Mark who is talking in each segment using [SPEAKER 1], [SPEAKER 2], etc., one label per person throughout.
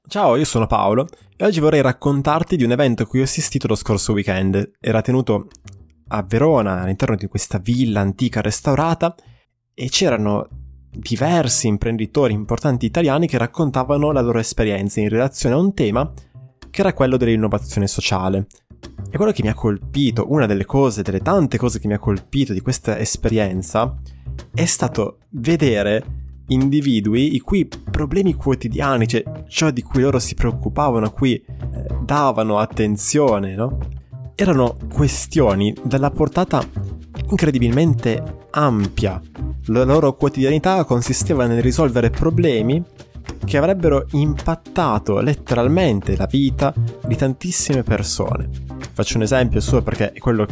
[SPEAKER 1] Ciao, io sono Paolo e oggi vorrei raccontarti di un evento a cui ho assistito lo scorso weekend. Era tenuto a Verona, all'interno di questa villa antica restaurata, e c'erano diversi imprenditori importanti italiani che raccontavano la loro esperienza in relazione a un tema che era quello dell'innovazione sociale. E quello che mi ha colpito, una delle tante cose che mi ha colpito di questa esperienza, è stato vedere individui i cui problemi quotidiani, cioè ciò di cui loro si preoccupavano, a cui davano attenzione, no? Erano questioni dalla portata incredibilmente ampia. La loro quotidianità consisteva nel risolvere problemi che avrebbero impattato letteralmente la vita di tantissime persone. Faccio un esempio solo perché è quello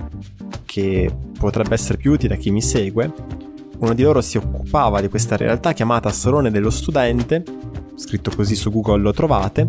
[SPEAKER 1] che potrebbe essere più utile a chi mi segue. Uno di loro si occupava di questa realtà chiamata Salone dello Studente, scritto così su Google lo trovate,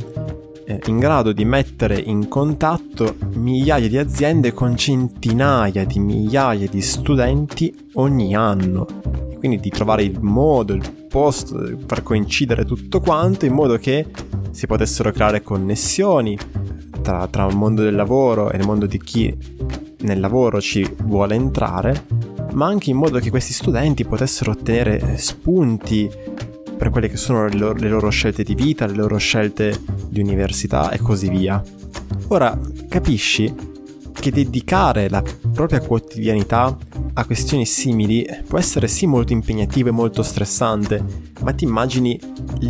[SPEAKER 1] in grado di mettere in contatto migliaia di aziende con centinaia di migliaia di studenti ogni anno. E quindi di trovare il modo, il posto, per coincidere tutto quanto in modo che si potessero creare connessioni tra il mondo del lavoro e il mondo di chi nel lavoro ci vuole entrare, ma anche in modo che questi studenti potessero ottenere spunti per quelle che sono le loro scelte di vita, le loro scelte di università e così via. Ora, capisci che dedicare la propria quotidianità a questioni simili può essere sì molto impegnativo e molto stressante, ma ti immagini il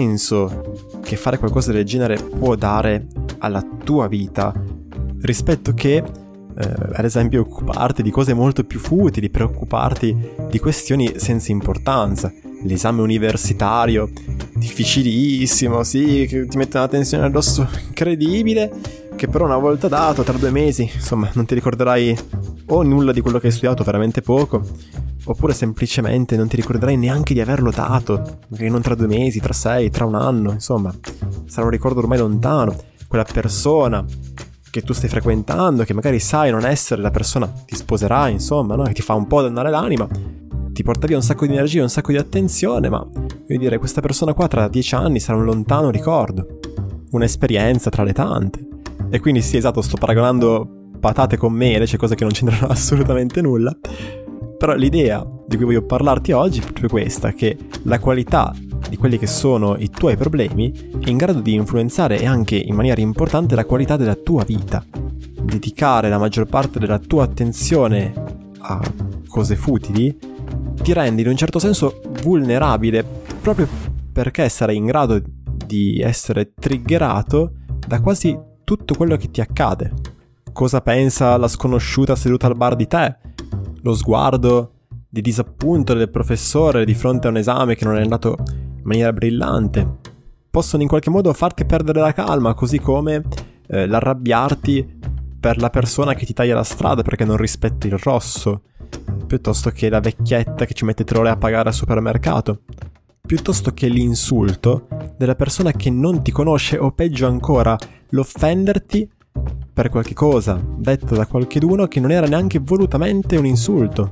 [SPEAKER 1] senso che fare qualcosa del genere può dare alla tua vita, rispetto che ad esempio occuparti di cose molto più futili, preoccuparti di questioni senza importanza. L'esame universitario difficilissimo, sì, che ti mette una tensione addosso incredibile, che però una volta dato, tra 2 mesi, insomma, non ti ricorderai o nulla di quello che hai studiato, veramente poco, oppure semplicemente non ti ricorderai neanche di averlo dato, magari non tra 2 mesi, tra 6, tra un anno, insomma, sarà un ricordo ormai lontano. Quella persona che tu stai frequentando, che magari sai non essere la persona, ti sposerai, insomma, no? Che ti fa un po' dannare l'anima, ti porta via un sacco di energia, un sacco di attenzione, ma voglio dire, questa persona qua tra 10 anni sarà un lontano ricordo, un'esperienza tra le tante. E quindi sì, esatto, sto paragonando patate con mele, cioè cose che non c'entrano assolutamente nulla, però l'idea di cui voglio parlarti oggi è proprio questa, che la qualità di quelli che sono i tuoi problemi è in grado di influenzare e anche in maniera importante la qualità della tua vita. Dedicare la maggior parte della tua attenzione a cose futili ti rende in un certo senso vulnerabile, proprio perché sarai in grado di essere triggerato da quasi tutto quello che ti accade. Cosa pensa la sconosciuta seduta al bar di te? Lo sguardo di disappunto del professore di fronte a un esame che non è andato in maniera brillante possono in qualche modo farti perdere la calma, così come l'arrabbiarti per la persona che ti taglia la strada perché non rispetti il rosso, piuttosto che la vecchietta che ci mette 3 ore a pagare al supermercato, piuttosto che l'insulto della persona che non ti conosce, o peggio ancora l'offenderti per qualche cosa detta da qualcheduno che non era neanche volutamente un insulto.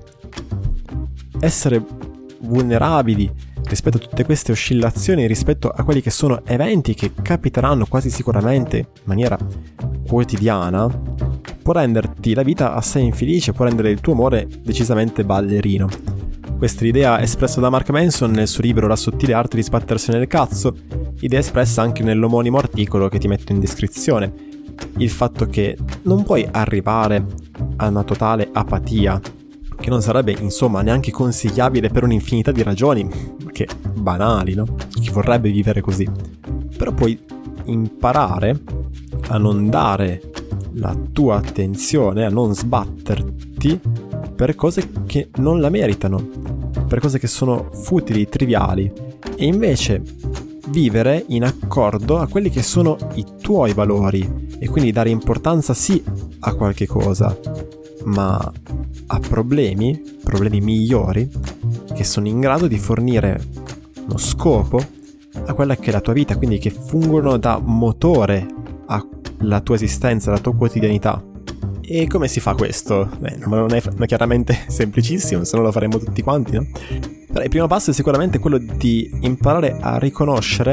[SPEAKER 1] Essere vulnerabili rispetto a tutte queste oscillazioni, rispetto a quelli che sono eventi che capiteranno quasi sicuramente in maniera quotidiana, può renderti la vita assai infelice, può rendere il tuo umore decisamente ballerino. Questa è l'idea espressa da Mark Manson nel suo libro La sottile arte di sbattersi nel cazzo, idea espressa anche nell'omonimo articolo che ti metto in descrizione. Il fatto che non puoi arrivare a una totale apatia, che non sarebbe insomma neanche consigliabile per un'infinità di ragioni, che banali, no? Chi vorrebbe vivere così? Però puoi imparare a non dare la tua attenzione, a non sbatterti per cose che non la meritano, per cose che sono futili, triviali, e invece vivere in accordo a quelli che sono i tuoi valori, e quindi dare importanza sì a qualche cosa, ma a problemi migliori che sono in grado di fornire uno scopo a quella che è la tua vita, quindi che fungono da motore alla tua esistenza, alla tua quotidianità. E come si fa questo? Non è chiaramente semplicissimo, se no lo faremo tutti quanti, no? Però il primo passo è sicuramente quello di imparare a riconoscere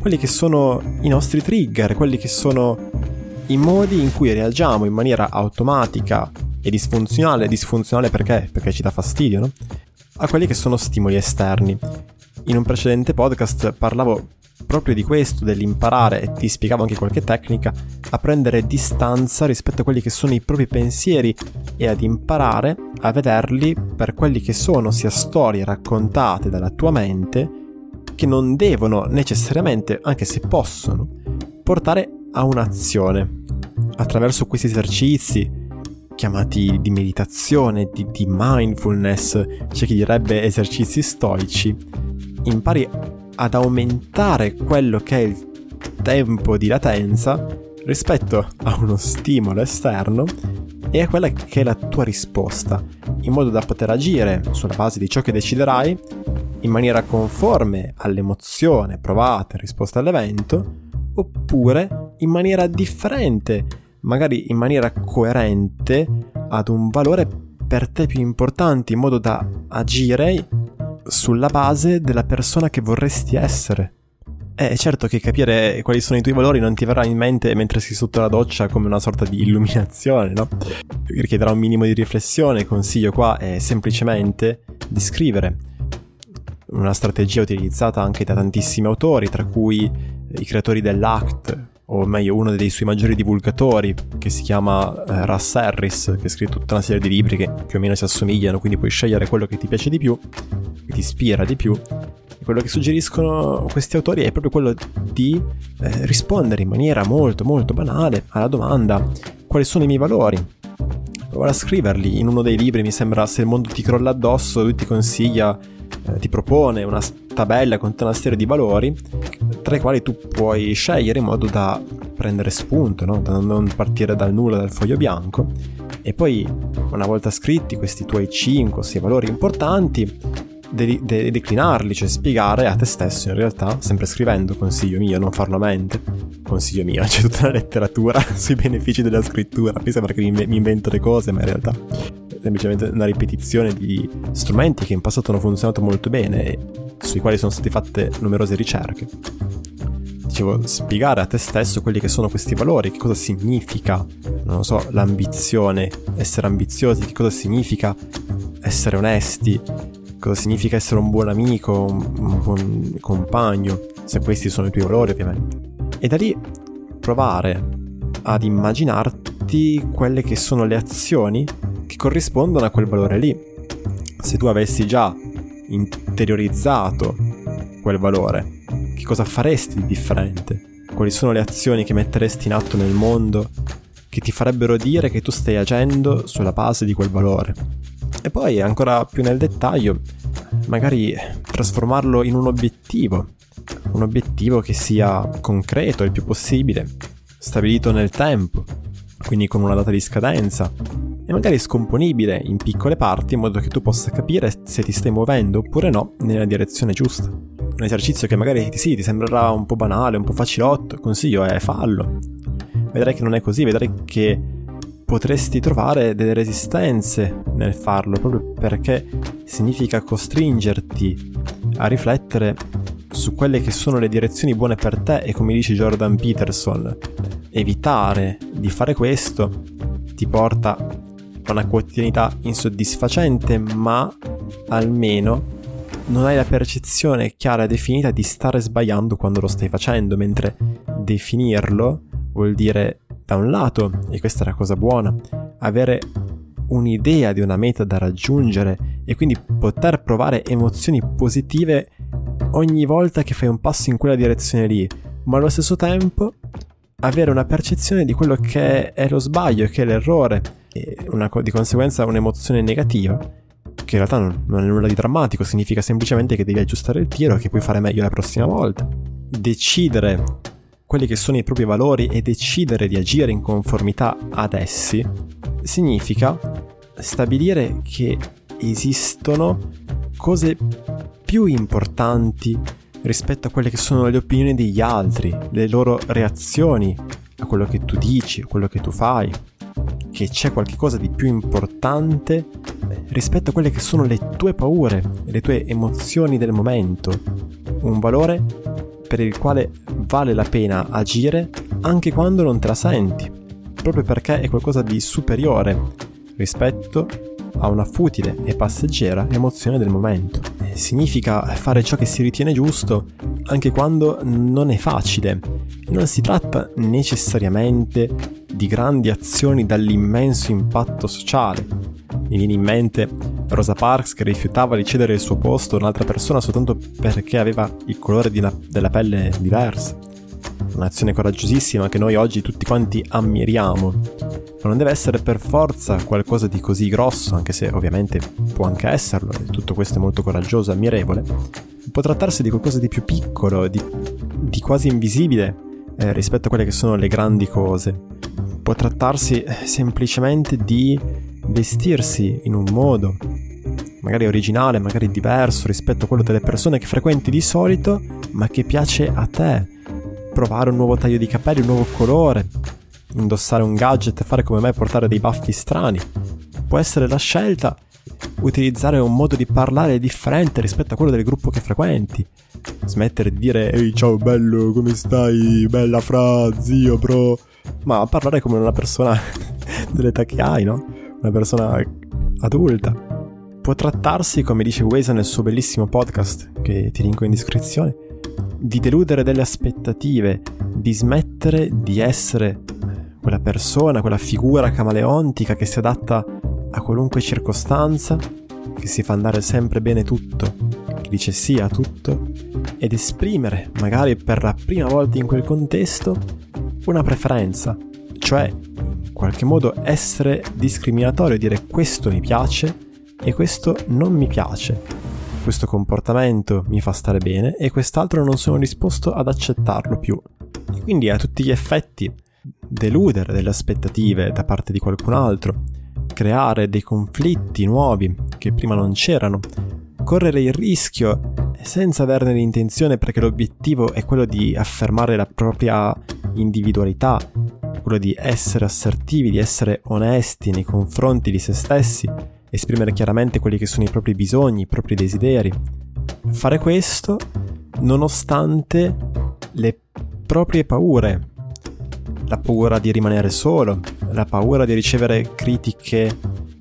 [SPEAKER 1] quelli che sono i nostri trigger, quelli che sono i modi in cui reagiamo in maniera automatica e disfunzionale. Disfunzionale perché? Perché ci dà fastidio, no? A quelli che sono stimoli esterni. In un precedente podcast parlavo proprio di questo, dell'imparare, e ti spiegavo anche qualche tecnica, a prendere distanza rispetto a quelli che sono i propri pensieri e ad imparare a vederli per quelli che sono, sia storie raccontate dalla tua mente, che non devono necessariamente, anche se possono, portare a un'azione. Attraverso questi esercizi chiamati di meditazione, di mindfulness, c'è chi direbbe esercizi stoici, impari ad aumentare quello che è il tempo di latenza rispetto a uno stimolo esterno e a quella che è la tua risposta, in modo da poter agire sulla base di ciò che deciderai in maniera conforme all'emozione provata in risposta all'evento, oppure in maniera differente, magari in maniera coerente ad un valore per te più importante, in modo da agire sulla base della persona che vorresti essere. È certo che capire quali sono i tuoi valori non ti verrà in mente mentre sei sotto la doccia come una sorta di illuminazione, no? Richiederà un minimo di riflessione. Il consiglio qua è semplicemente di scrivere. Una strategia utilizzata anche da tantissimi autori, tra cui i creatori dell'ACT, o meglio uno dei suoi maggiori divulgatori, che si chiama Russ Harris, che ha scritto tutta una serie di libri che più o meno si assomigliano, quindi puoi scegliere quello che ti piace di più, che ti ispira di più. E quello che suggeriscono questi autori è proprio quello di rispondere in maniera molto molto banale alla domanda: quali sono i miei valori? Provare a scriverli. In uno dei libri, mi sembra Se il mondo ti crolla addosso, lui ti consiglia, ti propone una tabella con tutta una serie di valori, tra i quali tu puoi scegliere in modo da prendere spunto, no? Da non partire dal nulla, dal foglio bianco, e poi una volta scritti questi tuoi 5 o 6 valori importanti, declinarli, cioè spiegare a te stesso, in realtà, sempre scrivendo, consiglio mio, non farlo a mente, consiglio mio, c'è tutta una letteratura sui benefici della scrittura, mi sembra che mi invento le cose, ma in realtà è semplicemente una ripetizione di strumenti che in passato hanno funzionato molto bene e sui quali sono state fatte numerose ricerche. Dicevo, spiegare a te stesso quelli che sono questi valori, che cosa significa, non lo so, l'ambizione, essere ambiziosi, che cosa significa essere onesti, cosa significa essere un buon amico, un buon compagno, se questi sono i tuoi valori ovviamente. E da lì provare ad immaginarti quelle che sono le azioni che corrispondono a quel valore lì. Se tu avessi già interiorizzato quel valore, che cosa faresti di differente? Quali sono le azioni che metteresti in atto nel mondo che ti farebbero dire che tu stai agendo sulla base di quel valore? E poi, ancora più nel dettaglio, magari trasformarlo in un obiettivo che sia concreto il più possibile, stabilito nel tempo, quindi con una data di scadenza, e magari scomponibile in piccole parti in modo che tu possa capire se ti stai muovendo oppure no nella direzione giusta. Un esercizio che magari ti sembrerà un po' banale, un po' facilotto, il consiglio è fallo. Vedrai che non è così, vedrai che potresti trovare delle resistenze nel farlo, proprio perché significa costringerti a riflettere su quelle che sono le direzioni buone per te, e come dice Jordan Peterson, evitare di fare questo ti porta a una quotidianità insoddisfacente, ma almeno non hai la percezione chiara e definita di stare sbagliando quando lo stai facendo, mentre definirlo vuol dire, da un lato, e questa è la cosa buona, avere un'idea di una meta da raggiungere e quindi poter provare emozioni positive ogni volta che fai un passo in quella direzione lì, ma allo stesso tempo avere una percezione di quello che è lo sbaglio, che è l'errore, e di conseguenza un'emozione negativa, che in realtà non è nulla di drammatico, significa semplicemente che devi aggiustare il tiro e che puoi fare meglio la prossima volta. Decidere quelli che sono i propri valori e decidere di agire in conformità ad essi significa stabilire che esistono cose più importanti rispetto a quelle che sono le opinioni degli altri, le loro reazioni a quello che tu dici, a quello che tu fai, che c'è qualcosa di più importante rispetto a quelle che sono le tue paure e le tue emozioni del momento, un valore per il quale vale la pena agire anche quando non te la senti, proprio perché è qualcosa di superiore rispetto a una futile e passeggera emozione del momento. Significa fare ciò che si ritiene giusto anche quando non è facile. Non si tratta necessariamente di grandi azioni dall'immenso impatto sociale. Mi viene in mente Rosa Parks che rifiutava di cedere il suo posto a un'altra persona soltanto perché aveva il colore della pelle diversa. Un'azione coraggiosissima che noi oggi tutti quanti ammiriamo, ma non deve essere per forza qualcosa di così grosso, anche se ovviamente può anche esserlo, e tutto questo è molto coraggioso e ammirevole. Può trattarsi di qualcosa di più piccolo, di quasi invisibile rispetto a quelle che sono le grandi cose. Può trattarsi semplicemente di vestirsi in un modo magari originale, magari diverso rispetto a quello delle persone che frequenti di solito, ma che piace a te. Provare un nuovo taglio di capelli, un nuovo colore, indossare un gadget, fare come me, portare dei baffi strani. Può essere la scelta utilizzare un modo di parlare differente rispetto a quello del gruppo che frequenti. Smettere di dire ehi ciao bello, come stai, bella fra, zio, bro, ma parlare come una persona dell'età che hai, no? Una persona adulta. Può trattarsi, come dice Wesa nel suo bellissimo podcast che ti linko in descrizione, di deludere delle aspettative, di smettere di essere quella persona, quella figura camaleontica che si adatta a qualunque circostanza, che si fa andare sempre bene tutto, che dice sì a tutto, ed esprimere, magari per la prima volta in quel contesto, una preferenza, cioè in qualche modo essere discriminatorio, dire questo mi piace e questo non mi piace. Questo comportamento mi fa stare bene e quest'altro non sono disposto ad accettarlo più. E quindi a tutti gli effetti deludere delle aspettative da parte di qualcun altro, creare dei conflitti nuovi che prima non c'erano, correre il rischio senza averne l'intenzione perché l'obiettivo è quello di affermare la propria individualità, quello di essere assertivi, di essere onesti nei confronti di se stessi, esprimere chiaramente quelli che sono i propri bisogni, i propri desideri. Fare questo nonostante le proprie paure, la paura di rimanere solo, la paura di ricevere critiche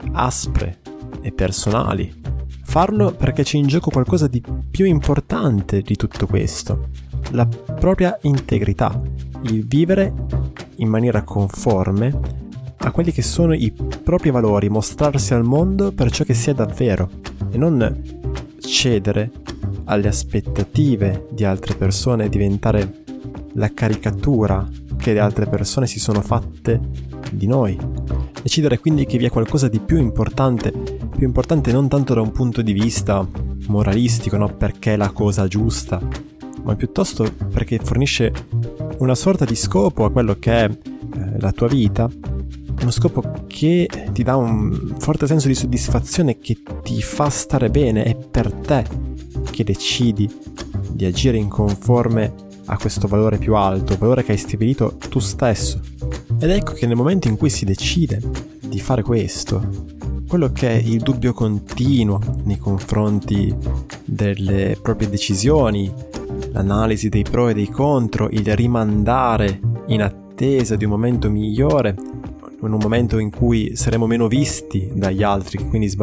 [SPEAKER 1] aspre e personali. Farlo perché c'è in gioco qualcosa di più importante di tutto questo, la propria integrità, il vivere in maniera conforme a quelli che sono i propri valori, mostrarsi al mondo per ciò che si è davvero e non cedere alle aspettative di altre persone e diventare la caricatura che le altre persone si sono fatte di noi. Decidere quindi che vi è qualcosa di più importante non tanto da un punto di vista moralistico, no? Perché è la cosa giusta, ma piuttosto perché fornisce una sorta di scopo a quello che è la tua vita, uno scopo che ti dà un forte senso di soddisfazione, che ti fa stare bene, è per te che decidi di agire in conforme a questo valore più alto, valore che hai stabilito tu stesso. Ed ecco che nel momento in cui si decide di fare questo, quello che è il dubbio continuo nei confronti delle proprie decisioni, l'analisi dei pro e dei contro, il rimandare in attesa di un momento migliore, in un momento in cui saremo meno visti dagli altri,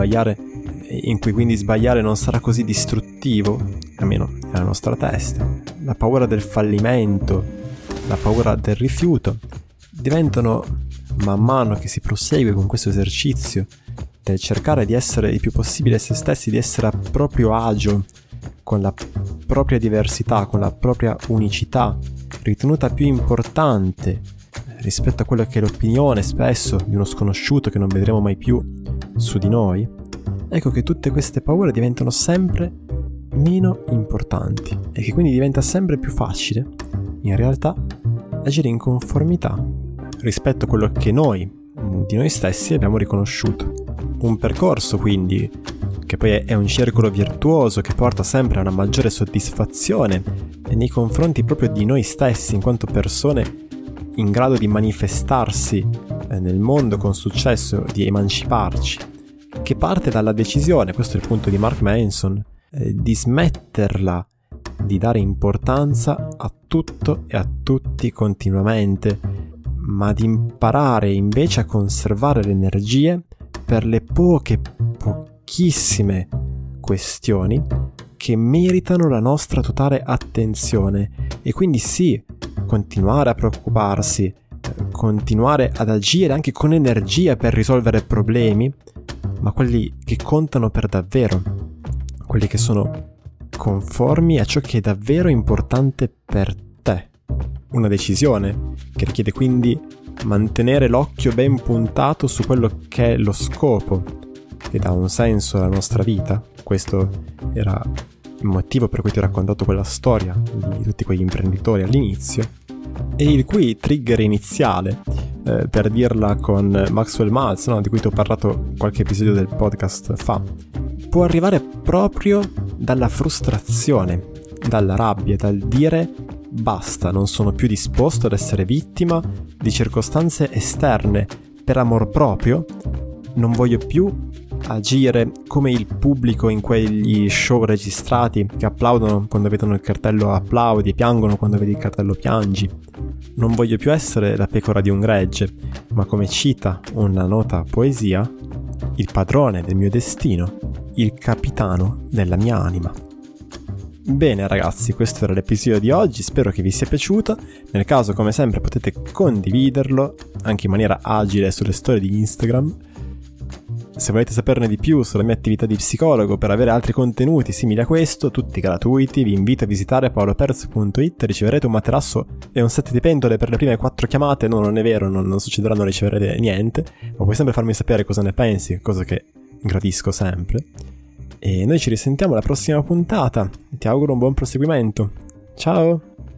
[SPEAKER 1] in cui quindi sbagliare non sarà così distruttivo, almeno nella nostra testa. La paura del fallimento, la paura del rifiuto diventano, man mano che si prosegue con questo esercizio del cercare di essere il più possibile se stessi, di essere a proprio agio con la propria diversità, con la propria unicità, ritenuta più importante rispetto a quella che è l'opinione spesso di uno sconosciuto che non vedremo mai più su di noi. Ecco che tutte queste paure diventano sempre meno importanti e che quindi diventa sempre più facile in realtà agire in conformità rispetto a quello che noi di noi stessi abbiamo riconosciuto. Un percorso quindi che poi è un circolo virtuoso che porta sempre a una maggiore soddisfazione nei confronti proprio di noi stessi in quanto persone in grado di manifestarsi nel mondo con successo, di emanciparci, che parte dalla decisione, questo è il punto di Mark Manson, di smetterla di dare importanza a tutto e a tutti continuamente, ma di imparare invece a conservare le energie per le pochissime questioni che meritano la nostra totale attenzione. E quindi sì, continuare a preoccuparsi, continuare ad agire anche con energia per risolvere problemi, ma quelli che contano per davvero, quelli che sono conformi a ciò che è davvero importante per te. Una decisione che richiede quindi mantenere l'occhio ben puntato su quello che è lo scopo che dà un senso alla nostra vita. Questo era il motivo per cui ti ho raccontato quella storia di tutti quegli imprenditori all'inizio, e il cui trigger iniziale, per dirla con Maxwell Maltz, no, di cui ti ho parlato qualche episodio del podcast fa, può arrivare proprio dalla frustrazione, dalla rabbia, dal dire basta, non sono più disposto ad essere vittima di circostanze esterne. Per amor proprio non voglio più agire come il pubblico in quegli show registrati che applaudono quando vedono il cartello applaudi e piangono quando vedi il cartello piangi. Non voglio più essere la pecora di un gregge, ma, come cita una nota poesia, il padrone del mio destino, il capitano della mia anima. Bene ragazzi, questo era l'episodio di oggi, spero che vi sia piaciuto. Nel caso, come sempre, potete condividerlo anche in maniera agile sulle storie di Instagram. Se volete saperne di più sulla mia attività di psicologo, per avere altri contenuti simili a questo, tutti gratuiti, vi invito a visitare paoloperz.it. Riceverete un materasso e un set di pentole per le prime 4 chiamate. No, non è vero, non succederà, non riceverete niente, ma puoi sempre farmi sapere cosa ne pensi, cosa che gradisco sempre. E noi ci risentiamo alla prossima puntata. Ti auguro un buon proseguimento. Ciao!